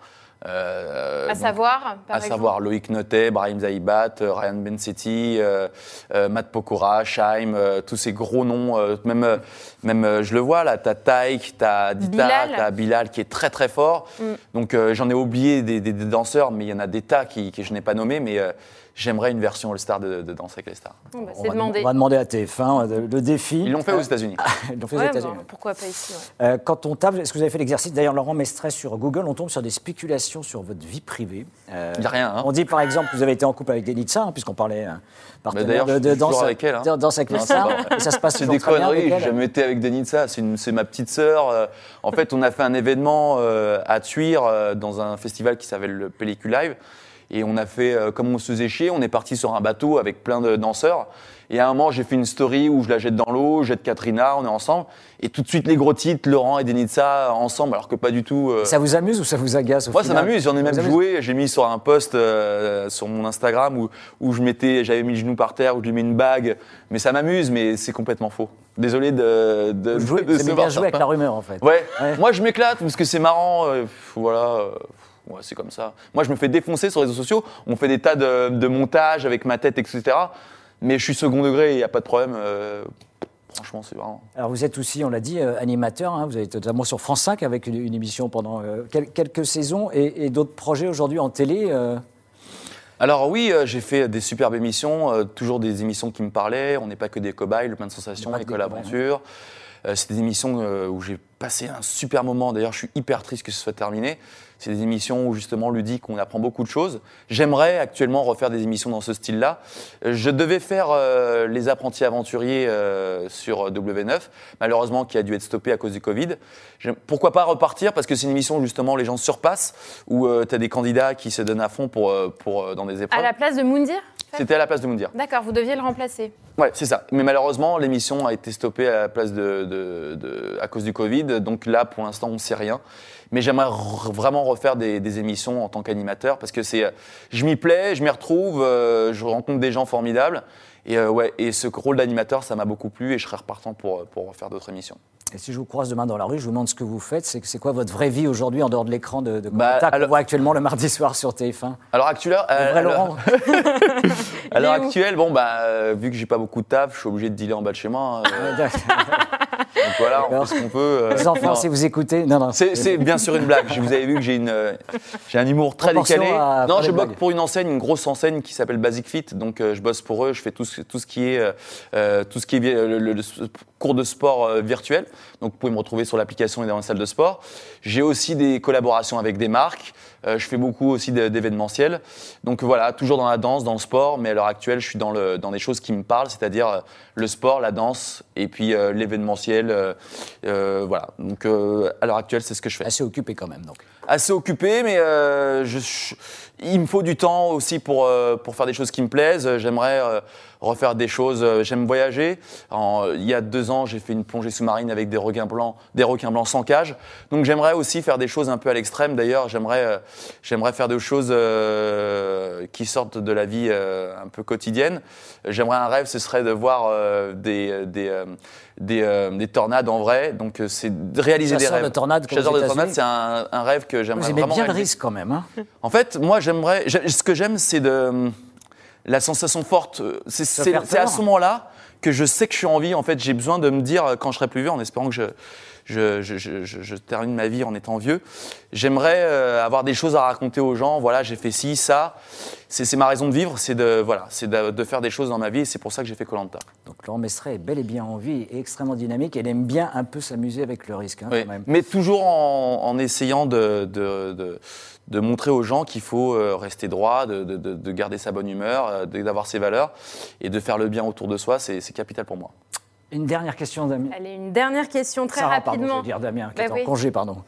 Euh, à donc, savoir, par À exemple. savoir Loïc Notet, Brahim Zaïbat, euh, Ryan Bensetti, euh, euh, Matt Pokora, Shaim, euh, tous ces gros noms. Euh, même, euh, même euh, je le vois là, t'as Taïk, t'as Dita, Bilal. t'as Bilal qui est très très fort. Mm. Donc euh, j'en ai oublié des, des, des danseurs, mais il y en a des tas qui, que je n'ai pas nommés. Mais euh, j'aimerais une version All-Star de, de Danse avec les stars. Bon, bah, on, c'est va, demandé. on va demander à T F un le défi. Ils l'ont fait aux États-Unis. Ils l'ont fait ouais, aux États-Unis. Bon, pourquoi pas ici ouais. euh, Quand on tape, est-ce que vous avez fait l'exercice? D'ailleurs, Laurent Mestrès sur Google, on tombe sur des spéculations sur votre vie privée. Euh, il n'y a rien. Hein. On dit par exemple que vous avez été en couple avec Denitsa, hein, puisqu'on parlait euh, partenaire de, de danse avec elle. Hein. Danse avec les stars. Et ça se passe c'est des conneries. J'ai jamais été avec Denitsa. C'est, une, c'est ma petite sœur. Euh, en fait, on a fait un événement euh, à Thuir euh, dans un festival qui s'appelle le Pellicule Live. Et on a fait, euh, comme on se faisait chier, on est parti sur un bateau avec plein de danseurs. Et à un moment, j'ai fait une story où je la jette dans l'eau, je jette Katrina, on est ensemble. Et tout de suite, les gros titres, Laurent et Denitsa ensemble, alors que pas du tout. Euh... Ça vous amuse ou ça vous agace au Moi, final? ça m'amuse. J'en ai même joué. J'ai mis sur un post euh, sur mon Instagram où, où je mettais, j'avais mis le genou par terre, où je lui mets une bague. Mais ça m'amuse, mais c'est complètement faux. Désolé de, de, jouez, de, de c'est bien joué avec la rumeur, en fait. Ouais. ouais. Moi, je m'éclate parce que c'est marrant. Euh, voilà. Euh, Ouais, c'est comme ça. Moi, je me fais défoncer sur les réseaux sociaux. On fait des tas de, de montages avec ma tête, et cetera. Mais je suis second degré, il n'y a pas de problème. Euh, franchement, c'est vraiment... Alors, vous êtes aussi, on l'a dit, euh, animateur. Hein, vous êtes notamment sur France cinq avec une, une émission pendant euh, quel, quelques saisons et, et d'autres projets aujourd'hui en télé. Euh... Alors oui, euh, j'ai fait des superbes émissions, euh, toujours des émissions qui me parlaient. On n'est pas que des cobayes, le plein de sensations, École Aventure. Euh, c'est des émissions euh, où j'ai passé un super moment. D'ailleurs, je suis hyper triste que ce soit terminé. C'est des émissions où, justement, ludiques, on apprend beaucoup de choses. J'aimerais actuellement refaire des émissions dans ce style-là. Je devais faire euh, Les Apprentis Aventuriers euh, sur W neuf, malheureusement, qui a dû être stoppé à cause du Covid. J'aime, pourquoi pas repartir? Parce que c'est une émission où, justement, les gens surpassent, où euh, tu as des candidats qui se donnent à fond pour, pour, pour, dans des épreuves. À la place de Moundir? C'était à la place de Moundir. D'accord, vous deviez le remplacer. Ouais, c'est ça. Mais malheureusement, l'émission a été stoppée à la place de, de, de, à cause du Covid. Donc là, pour l'instant, on ne sait rien. Mais j'aimerais r- vraiment refaire des, des émissions en tant qu'animateur parce que c'est, je m'y plais, je m'y retrouve, euh, je rencontre des gens formidables. Et, euh, ouais, et ce rôle d'animateur, ça m'a beaucoup plu et je serais repartant pour, pour refaire d'autres émissions. Et si je vous croise demain dans la rue, je vous demande ce que vous faites, c'est, c'est quoi votre vraie vie aujourd'hui en dehors de l'écran de, de Bah, Koh-Lanta qu'on alors- voit actuellement le mardi soir sur T F un? Alors actuelle, Le vrai Laurent. à l'heure Il est où actuelle, bon bah euh, vu que j'ai pas beaucoup de taf, je suis obligé de dealer en bas de chez moi. euh, Ouais, d'accord. donc voilà, on D'accord. fait ce qu'on peut. euh, Les enfants, non. si vous écoutez, non, non. C'est, c'est bien sûr une blague. Je- Vous avez vu que j'ai une, euh, j'ai un humour très Proportion décalé. à Non, faire je des bosse blagues. pour une enseigne, une grosse enseigne qui s'appelle Basic Fit. Donc euh, je bosse pour eux. Je fais tout ce, tout ce qui est euh, euh, tout ce qui est vi- le, le- le cours de sport euh, virtuel. Donc vous pouvez me retrouver sur l'application et dans la salle de sport. J'ai aussi des collaborations avec des marques. Euh, je fais beaucoup aussi de- d'événementiels. Donc voilà, toujours dans la danse, dans le sport. Mais à l'heure actuelle, je suis dans le dans des choses qui me parlent, c'est-à-dire euh, le sport, la danse et puis euh, l'événementiel. euh, euh, voilà. Donc euh, à l'heure actuelle, c'est ce que je fais. Assez occupé quand même, donc. Assez occupé, mais euh, je, je- il me faut du temps aussi pour, euh, pour faire des choses qui me plaisent. J'aimerais euh, refaire des choses. euh, J'aime voyager. En- il y a deux ans, j'ai fait une plongée sous-marine avec des requins blancs, des requins blancs sans cage. Donc j'aimerais aussi faire des choses un peu à l'extrême. D'ailleurs, j'aimerais, euh, j'aimerais faire des choses euh, qui sortent de la vie euh, un peu quotidienne. J'aimerais un rêve, ce serait de voir euh, des, des, euh, des, euh, des tornades en vrai. Donc euh, c'est de réaliser des Chasseur rêves. de tornades comme Chasseur aux de tornades, États-Unis. c'est un, un rêve que j'aimerais Vous aimez vraiment bien le réaliser. risque quand même, hein? En fait, moi, j'aimerais. j'ai- Ce que j'aime, c'est de la sensation forte. C'est c'est- faire c'est à peur. ce moment-là que je sais que je suis en vie. En fait, j'ai besoin de me dire euh, quand je serai plus vieux, en espérant que je, je, je, je, je- je termine ma vie en étant vieux. J'aimerais euh, avoir des choses à raconter aux gens. Voilà, j'ai fait ci, ça. C'est c'est ma raison de vivre. C'est de voilà, c'est de, de faire des choses dans ma vie. Et c'est pour ça que j'ai fait Koh-Lanta. Donc Laurent Mestret est bel et bien en vie et extrêmement dynamique. Elle aime bien un peu s'amuser avec le risque, hein, Oui, quand même. mais toujours en, en essayant de, de, de, de montrer aux gens qu'il faut euh, rester droit, de, de, de- de garder sa bonne humeur, euh, de- d'avoir ses valeurs et de faire le bien autour de soi, c'est c'est capital pour moi. Une dernière question, Damien. Allez, une dernière question très Sarah, pardon, je rapidement. veux dire Damien, qui Bah est en oui. congé, pardon.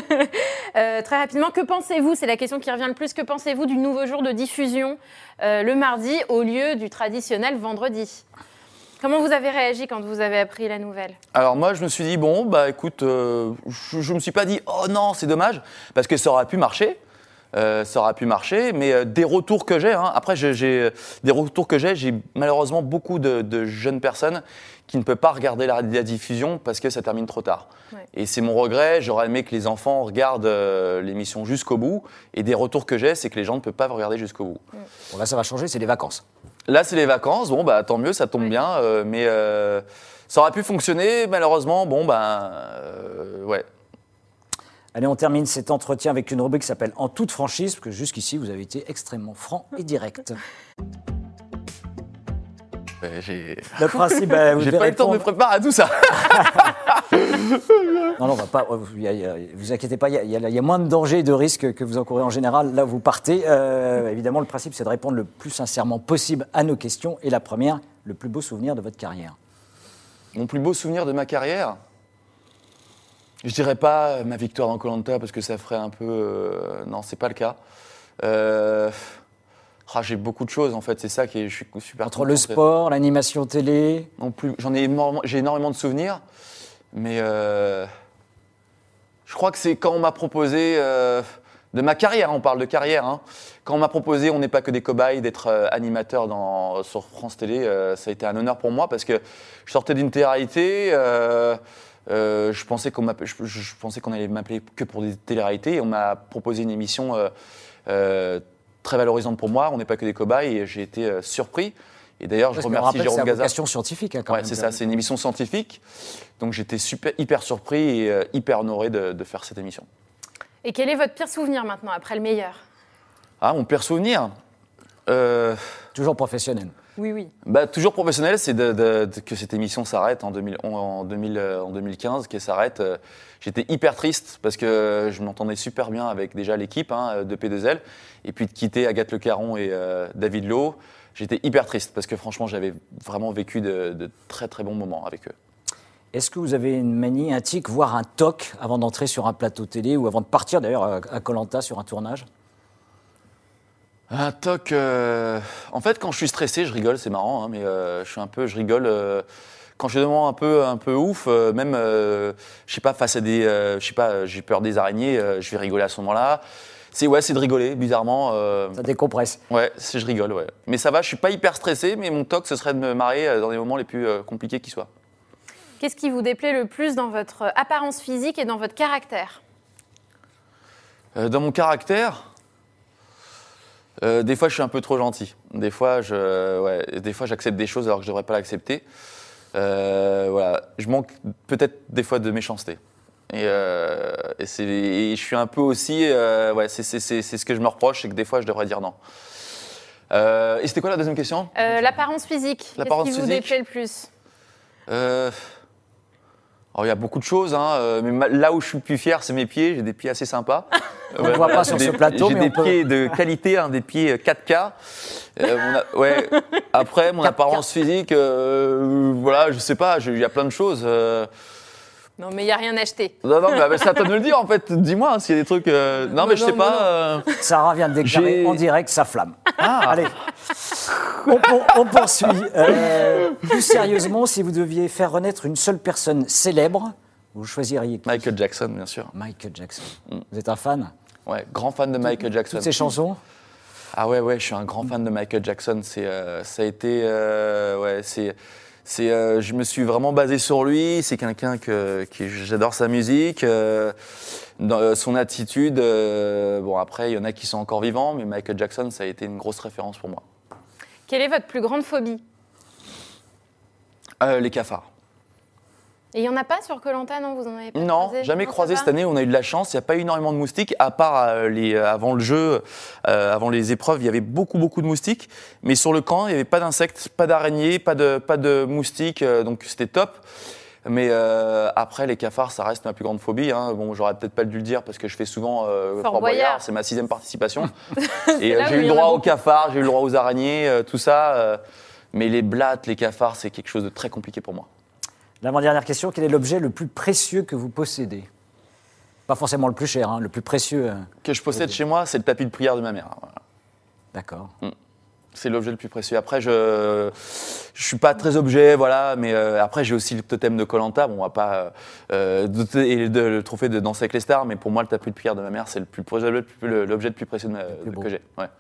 Euh, très rapidement, que pensez-vous, c'est la question qui revient le plus, que pensez-vous du nouveau jour de diffusion euh, le mardi au lieu du traditionnel vendredi? Comment vous avez réagi quand vous avez appris la nouvelle? Alors moi, je me suis dit, bon, bah écoute, euh, je ne me suis pas dit, oh non, c'est dommage, parce que ça aurait pu marcher. Euh, ça aurait pu marcher, mais euh, des retours que j'ai, hein, après j'ai, j'ai des retours que j'ai, j'ai malheureusement beaucoup de, de jeunes personnes qui ne peuvent pas regarder la, la diffusion parce que ça termine trop tard. Ouais. Et c'est mon regret, j'aurais aimé que les enfants regardent euh, l'émission jusqu'au bout, et des retours que j'ai, c'est que les gens ne peuvent pas regarder jusqu'au bout. Bon, là, ça va changer, c'est les vacances. Là, c'est les vacances, bon, bah tant mieux, ça tombe Ouais. bien, euh, mais euh, ça aurait pu fonctionner, malheureusement, bon, ben, euh, ouais. Allez, on termine cet entretien avec une rubrique qui s'appelle En toute franchise, parce que jusqu'ici, vous avez été extrêmement franc et direct. Ouais, j'ai Le principe, bah, vous j'ai devez pas eu le temps de me répondre- préparer à tout ça. Non, non, on va pas. Il y a- il y a- vous inquiétez pas, il y, a, il y a- il y a moins de dangers et de risques que vous encourez en général. Là, vous partez. Euh, évidemment, le principe, c'est de répondre le plus sincèrement possible à nos questions. Et la première, le plus beau souvenir de votre carrière. Mon plus beau souvenir de ma carrière, je dirais pas ma victoire dans Koh-Lanta parce que ça ferait un peu. euh, non, c'est pas le cas. Euh, ah, j'ai beaucoup de choses en fait, c'est ça qui est. Je suis super Entre le content. sport, l'animation télé. Non plus, j'en ai énormément, j'ai énormément de souvenirs, mais euh, je crois que c'est quand on m'a proposé euh, de ma carrière, on parle de carrière, hein, quand on m'a proposé, on n'est pas que des cobayes, d'être euh, animateur dans, sur France Télé, euh, ça a été un honneur pour moi parce que je sortais d'une télé-réalité. euh, euh, je pensais qu'on m'appelait- je, je- je pensais qu'on allait m'appeler que pour des télé-réalités et on m'a proposé une émission euh, euh, très valorisante pour moi. On n'est pas que des cobayes et j'ai été euh, surpris. Et d'ailleurs, je Parce qu'on remercie rappelle, c'est Jérôme à Gaza. vocation scientifique, hein, quand Ouais, même. c'est ça, c'est une émission scientifique. Donc j'étais super, hyper surpris et euh, hyper honoré de, de faire cette émission. Et quel est votre pire souvenir maintenant, après le meilleur? Ah, mon pire souvenir euh, Toujours professionnel. Oui, oui. bah, toujours professionnel, c'est de, de- de- que cette émission s'arrête en, deux mille onze en, deux mille, euh, en deux mille quinze, qu'elle s'arrête. Euh, J'étais hyper triste parce que je m'entendais super bien avec déjà l'équipe hein, de P deux L. Et puis de quitter Agathe Le Caron et euh, David Lowe, j'étais hyper triste parce que franchement, j'avais vraiment vécu de, de très très bons moments avec eux. Est-ce que vous avez une manie, un tic, voire un toc avant d'entrer sur un plateau télé ou avant de partir d'ailleurs à à Koh-Lanta sur un tournage? Un toc. euh, En fait, quand je suis stressé, je rigole, c'est marrant, hein, mais euh, je suis un peu, je rigole. euh, Quand je suis vraiment un peu, un peu ouf, euh, même, euh, je sais pas, face à des, euh, je sais pas, j'ai peur des araignées, euh, je vais rigoler à ce moment-là. C'est ouais, c'est de rigoler, bizarrement. euh, Ça décompresse. Ouais, c'est je rigole, ouais. Mais ça va, je suis pas hyper stressé, mais mon toc, ce serait de me marrer euh, dans les moments les plus euh, compliqués qui soient. Qu'est-ce qui vous déplaît le plus dans votre apparence physique et dans votre caractère ? Euh, dans mon caractère, euh, des fois je suis un peu trop gentil. Des fois, je, ouais, des fois j'accepte des choses alors que je ne devrais pas l'accepter. Euh, voilà. Je manque peut-être des fois de méchanceté. Et, euh, et, c'est, et je suis un peu aussi, euh, ouais, c'est, c'est, c'est, c'est ce que je me reproche, c'est que des fois je devrais dire non. Euh, et c'était quoi la deuxième question ? euh, L'apparence physique. L'apparence Qu'est-ce qui vous physique. déplaît le plus ? euh, Alors, il y a beaucoup de choses, hein, euh, mais ma- là où je suis le plus fier, c'est mes pieds. J'ai des pieds assez sympas. On ne voit pas sur j'ai ce des- plateau, J'ai mais des on peut... pieds de qualité, hein, des pieds quatre K. Euh, mon a- ouais. Après, mon quatre K. apparence physique, euh, voilà, je sais pas, je- il y a plein de choses. euh. Non, mais il n'y a rien à acheter. Non, non, mais c'est à toi de me le dire, en fait. Dis-moi hein, s'il y a des trucs. euh, Non, mais je non, sais non, pas. non. euh, Sarah vient de déclarer J'ai- en direct sa flamme. Ah, Allez, on, pour- on poursuit. Euh, plus sérieusement, si vous deviez faire renaître une seule personne célèbre, vous choisiriez qui ? Michael Jackson, bien sûr. Michael Jackson. Vous êtes un fan ? Ouais, grand fan de Michael Jackson. Toutes ses chansons ? Ah ouais, ouais, je suis un grand fan de Michael Jackson. C'est, euh, ça a été, euh, ouais, c'est, c'est, euh, je me suis vraiment basé sur lui. C'est quelqu'un que, qui, j'adore sa musique, euh, dans, euh, son attitude. euh, bon, après, il y en a qui sont encore vivants, mais Michael Jackson, ça a été une grosse référence pour moi. Quelle est votre plus grande phobie ? Euh, les cafards. Et il n'y en a pas sur Koh Lanta, non ? Vous en avez pas Non, croisé ? jamais Non, croisé ça cette va année. On a eu de la chance. Il n'y a pas eu énormément de moustiques, à part euh, les, euh, avant le jeu, euh, avant les épreuves, il y avait beaucoup, beaucoup de moustiques. Mais sur le camp, il n'y avait pas d'insectes, pas d'araignées, pas de, pas de moustiques. euh, donc c'était top. Mais euh, après, les cafards, ça reste ma plus grande phobie. Hein. Bon, j'aurais peut-être pas dû le dire parce que je fais souvent euh, Fort Fort Boyard. Boyard. C'est ma sixième participation. Et là euh, où j'ai il eu le y en a droit aux beaucoup. cafards, j'ai eu le droit aux araignées, euh, tout ça. euh, mais les blattes, les cafards, c'est quelque chose de très compliqué pour moi. L'avant-dernière question, quel est l'objet le plus précieux que vous possédez ? Pas forcément le plus cher, hein, le plus précieux. euh, Que je possède chez moi, c'est le tapis de prière de ma mère. Voilà. D'accord. C'est l'objet le plus précieux. Après, je je suis pas très objet, voilà, mais euh, après j'ai aussi le totem de Koh Lanta. Bon, on va pas euh, douter- et de- le trophée de Danser avec les stars, mais pour moi, le tapis de prière de ma mère, c'est le plus le plus- l'objet le plus précieux de ma- plus beau. que j'ai. Ouais.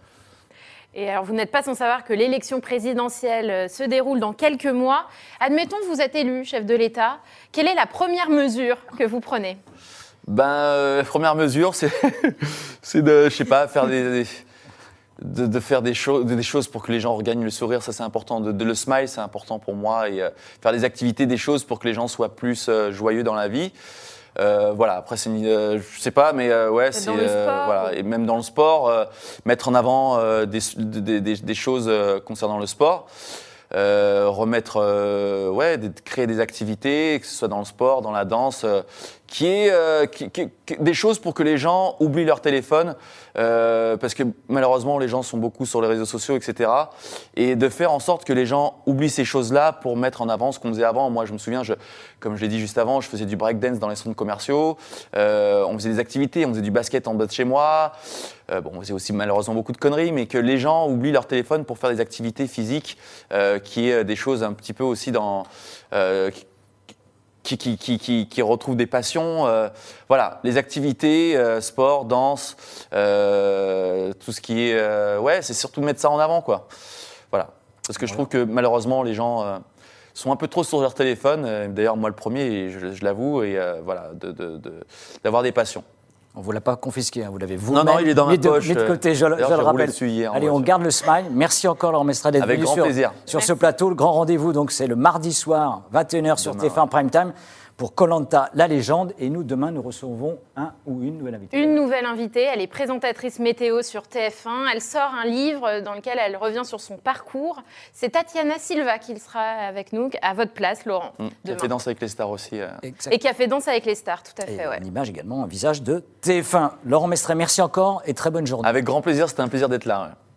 Et alors, vous n'êtes pas sans savoir que l'élection présidentielle euh, se déroule dans quelques mois. Admettons que vous êtes élu chef de l'État. Quelle est la première mesure que vous prenez ? Ben, euh, la première mesure, c'est c'est de, je sais pas, faire des, des- de, de faire des choses, des choses pour que les gens regagnent le sourire. Ça, c'est important. De, de le smile, c'est important pour moi, et euh, faire des activités, des choses pour que les gens soient plus euh, joyeux dans la vie. Euh, voilà. Après, c'est, une- euh, je sais pas, mais euh, ouais, Peut-être c'est dans le sport, voilà, ou- et même dans le sport, euh, mettre en avant euh, des, des, des- des choses euh, concernant le sport. Euh, remettre, euh, ouais, des- créer des activités, que ce soit dans le sport, dans la danse, euh, qui est euh, qui- qui- qui- des choses pour que les gens oublient leur téléphone, euh, parce que malheureusement les gens sont beaucoup sur les réseaux sociaux, et cetera. Et de faire en sorte que les gens oublient ces choses-là pour mettre en avant ce qu'on faisait avant. Moi, je me souviens, je, comme je l'ai dit juste avant, je faisais du breakdance dans les centres commerciaux. Euh, on faisait des activités, on faisait du basket en bas de chez moi. Euh, bon, on faisait aussi malheureusement beaucoup de conneries, mais que les gens oublient leur téléphone pour faire des activités physiques, euh, qui est des choses un petit peu aussi dans euh, qui, qui, qui, qui, qui retrouvent des passions. Euh, voilà, les activités, euh, sport, danse, euh, tout ce qui est, euh, ouais, c'est surtout mettre ça en avant, quoi. Voilà, parce que je trouve que malheureusement les gens euh, sont un peu trop sur leur téléphone. Euh, D'ailleurs, moi le premier, et je, je l'avoue, et euh, voilà, de, de, de, d'avoir des passions. On ne vous l'a pas confisqué, hein, vous l'avez vous Non, non, il est dans ma mis de, poche. mis de côté, je, je D'ailleurs, le j'ai roulé rappelle. dessus hier en Allez, on voiture. garde le smile. Merci encore, Laurent Mestral, d'être Avec venu grand sur, plaisir. sur ce plateau. Le grand rendez-vous, donc, c'est le mardi soir, vingt et une heures sur T F un Prime Time, pour Koh Lanta, la légende. Et nous, demain, nous recevons un ou une nouvelle invitée. Une nouvelle invitée, elle est présentatrice météo sur T F un. Elle sort un livre dans lequel elle revient sur son parcours. C'est Tatiana Silva qui sera avec nous, à votre place, Laurent. Mmh. Qui a demain. fait Danser avec les stars aussi. euh. Exact. Et qui a fait Danse avec les stars, tout à Et fait, ouais. une image également, un visage de T F un. Laurent Mestral, merci encore et très bonne journée. Avec grand plaisir, c'était un plaisir d'être là. ouais.